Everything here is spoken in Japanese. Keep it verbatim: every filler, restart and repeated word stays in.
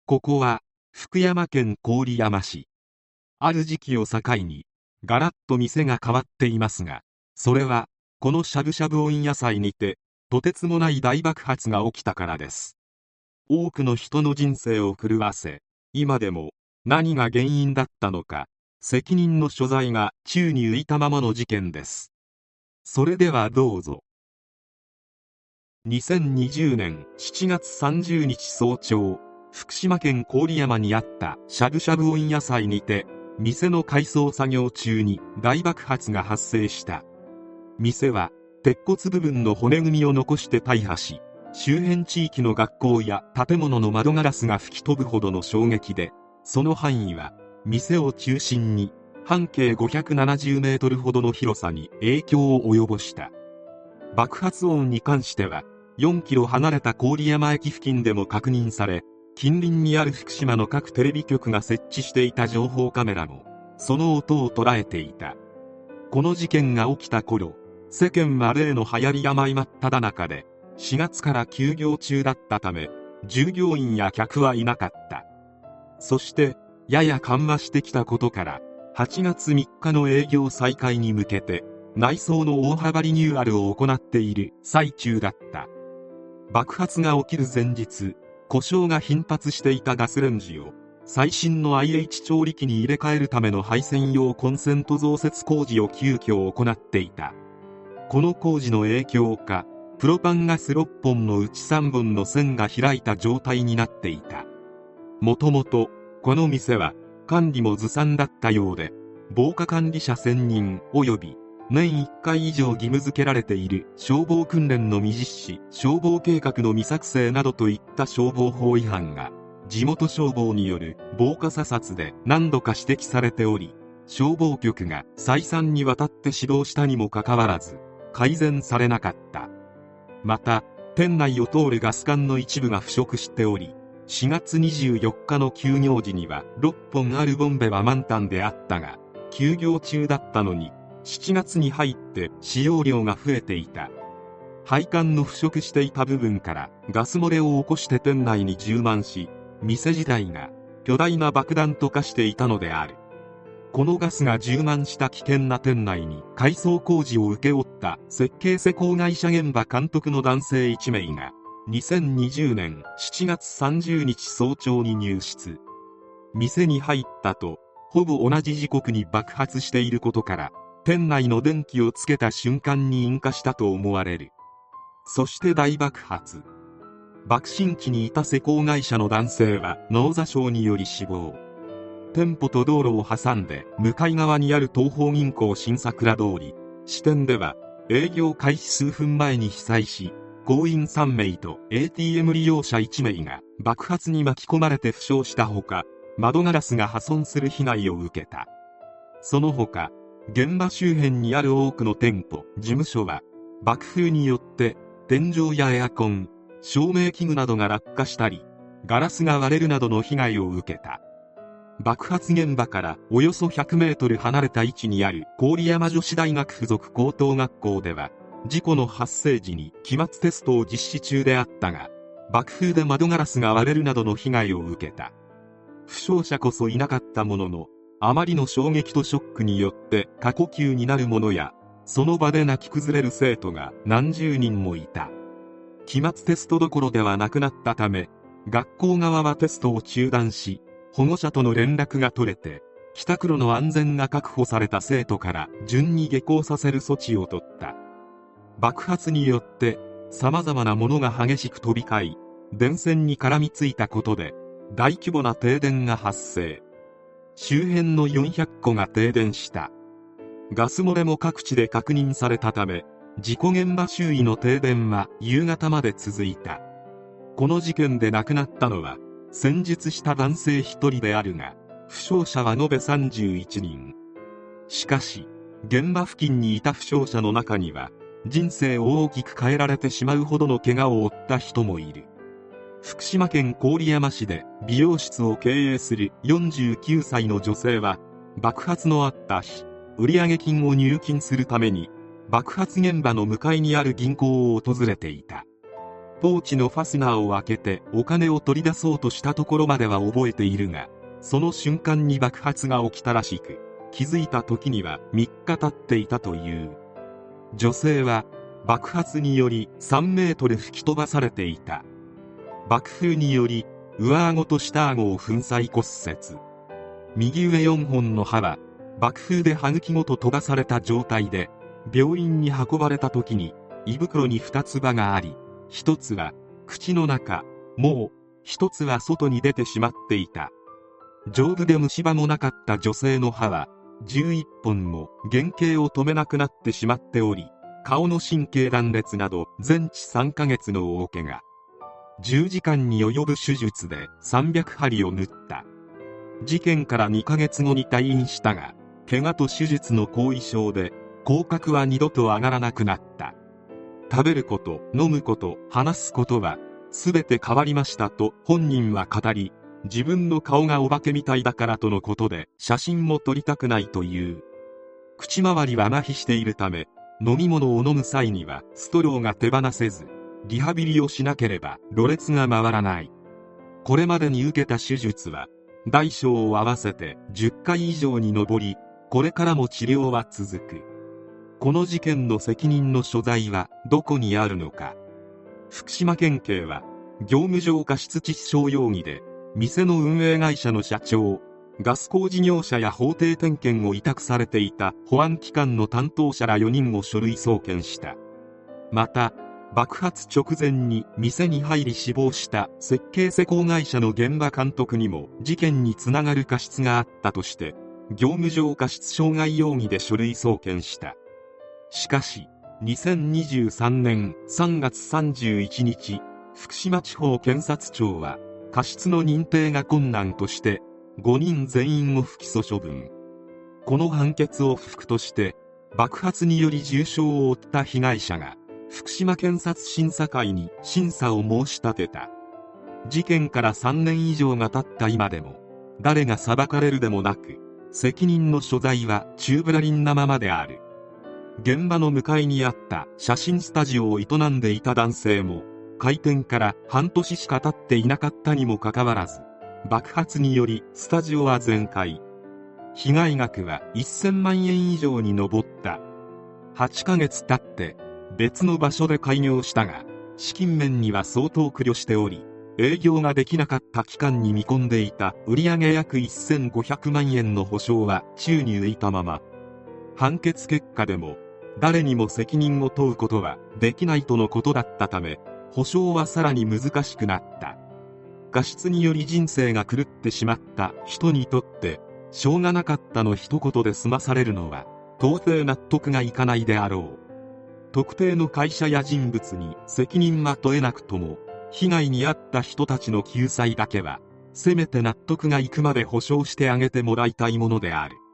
ここは福山県郡山市。ある時期を境にガラッと店が変わっていますが、それはこのしゃぶしゃぶ温野菜にてとてつもない大爆発が起きたからです。多くの人の人生を狂わせ、今でも何が原因だったのか責任の所在が宙に浮いたままの事件です。それではどうぞ。にせんにじゅうねんしちがつさんじゅうにち早朝、福島県郡山にあったしゃぶしゃぶ温野菜にて店の改装作業中に大爆発が発生した。店は鉄骨部分の骨組みを残して大破し、周辺地域の学校や建物の窓ガラスが吹き飛ぶほどの衝撃で、その範囲は店を中心に半径ごひゃくななじゅうメートルほどの広さに影響を及ぼした。爆発音に関してはよんキロ離れた郡山駅付近でも確認され、近隣にある福島の各テレビ局が設置していた情報カメラもその音を捉えていた。この事件が起きた頃、世間は例の流行り病真っ只中で、しがつから休業中だったため従業員や客はいなかった。そしてやや緩和してきたことからはちがつみっかの営業再開に向けて内装の大幅リニューアルを行っている最中だった。爆発が起きる前日、故障が頻発していたガスレンジを最新の アイエイチ 調理器に入れ替えるための配線用コンセント増設工事を急遽行っていた。この工事の影響か、プロパンガスろっぽんのうちさんぼんの線が開いた状態になっていた。もともとこの店は管理もずさんだったようで、防火管理者専任及び年いっかい以上義務付けられている消防訓練の未実施、消防計画の未作成などといった消防法違反が地元消防による防火査察で何度か指摘されており、消防局が再三にわたって指導したにもかかわらず改善されなかった。また店内を通るガス管の一部が腐食しており、しがつにじゅうよっかの休業時にはろっぽんあるボンベは満タンであったが、休業中だったのにしちがつに入って使用量が増えていた。配管の腐食していた部分からガス漏れを起こして店内に充満し、店自体が巨大な爆弾と化していたのである。このガスが充満した危険な店内に改装工事を請け負った設計施工会社現場監督の男性いちめいがにせんにじゅうねんしちがつさんじゅうにち早朝に入室。店に入ったとほぼ同じ時刻に爆発していることから、店内の電気をつけた瞬間に引火したと思われる。そして大爆発。爆心地にいた施工会社の男性は脳挫傷により死亡。店舗と道路を挟んで向かい側にある東邦銀行新桜通り支店では、営業開始数分前に被災し、行員さんめいと エーティーエム 利用者いちめいが爆発に巻き込まれて負傷したほか、窓ガラスが破損する被害を受けた。その他、現場周辺にある多くの店舗、事務所は爆風によって天井やエアコン、照明器具などが落下したり、ガラスが割れるなどの被害を受けた。爆発現場からおよそひゃくメートル離れた位置にある郡山女子大学附属高等学校では、事故の発生時に期末テストを実施中であったが、爆風で窓ガラスが割れるなどの被害を受けた。負傷者こそいなかったものの、あまりの衝撃とショックによって過呼吸になる者や、その場で泣き崩れる生徒が何十人もいた。期末テストどころではなくなったため、学校側はテストを中断し、保護者との連絡が取れて、帰宅路の安全が確保された生徒から順に下校させる措置を取った。爆発によって様々なものが激しく飛び交い、電線に絡みついたことで大規模な停電が発生。周辺のよんひゃくこが停電した。ガス漏れも各地で確認されたため、事故現場周囲の停電は夕方まで続いた。この事件で亡くなったのは戦術した男性ひとりであるが、負傷者は延べさんじゅういちにん。しかし現場付近にいた負傷者の中には、人生を大きく変えられてしまうほどの怪我を負った人もいる。福島県郡山市で美容室を経営するよんじゅうきゅうさいの女性は、爆発のあった日、売上金を入金するために爆発現場の向かいにある銀行を訪れていた。 ポーチのファスナーを開けてお金を取り出そうとしたところまでは覚えているが、その瞬間に爆発が起きたらしく、気づいた時にはみっか経っていたという。女性は爆発によりさんメートル吹き飛ばされていた。爆風により上顎と下顎を粉砕骨折。右上よんほんの歯は爆風で歯茎ごと飛ばされた状態で、病院に運ばれた時に胃袋にふたつばがあり、ひとつは口の中、もうひとつは外に出てしまっていた。丈夫で虫歯もなかった女性の歯はじゅういっぽんも原型を止めなくなってしまっており、顔の神経断裂など全治さんかげつの大怪我。じゅうじかんに及ぶ手術でさんびゃくはりを縫った。事件からにかげつごに退院したが、怪我と手術の後遺症で口角は二度と上がらなくなった。食べること、飲むこと、話すことは全て変わりましたと本人は語り、自分の顔がお化けみたいだからとのことで写真も撮りたくないという。口周りは麻痺しているため、飲み物を飲む際にはストローが手放せず、リハビリをしなければろれつが回らない。これまでに受けた手術は大小を合わせてじゅっかい以上に上り、これからも治療は続く。この事件の責任の所在はどこにあるのか。福島県警は業務上過失致死傷容疑で店の運営会社の社長、ガス工事業者や法定点検を委託されていた保安機関の担当者らよにんを書類送検した。また爆発直前に店に入り死亡した設計施工会社の現場監督にも事件につながる過失があったとして業務上過失傷害容疑で書類送検した。しかしにせんにじゅうさんねんさんがつさんじゅういちにち、福島地方検察庁は過失の認定が困難としてごにん全員を不起訴処分。この判決を不服として爆発により重傷を負った被害者が福島検察審査会に審査を申し立てた。事件からさんねん以上が経った今でも誰が裁かれるでもなく、責任の所在は宙ぶらりんなままである。現場の向かいにあった写真スタジオを営んでいた男性も開店から半年しか経っていなかったにもかかわらず、爆発によりスタジオは全壊。被害額はせんまんえん以上に上った。はちかげつ経って別の場所で開業したが、資金面には相当苦慮しており、営業ができなかった期間に見込んでいた売上約せんごひゃくまんえんの補償は宙に浮いたまま。判決結果でも誰にも責任を問うことはできないとのことだったため、補償はさらに難しくなった。過失により人生が狂ってしまった人にとってしょうがなかったの一言で済まされるのは到底納得がいかないであろう。特定の会社や人物に責任は問えなくとも、被害に遭った人たちの救済だけはせめて納得がいくまで保証してあげてもらいたいものである。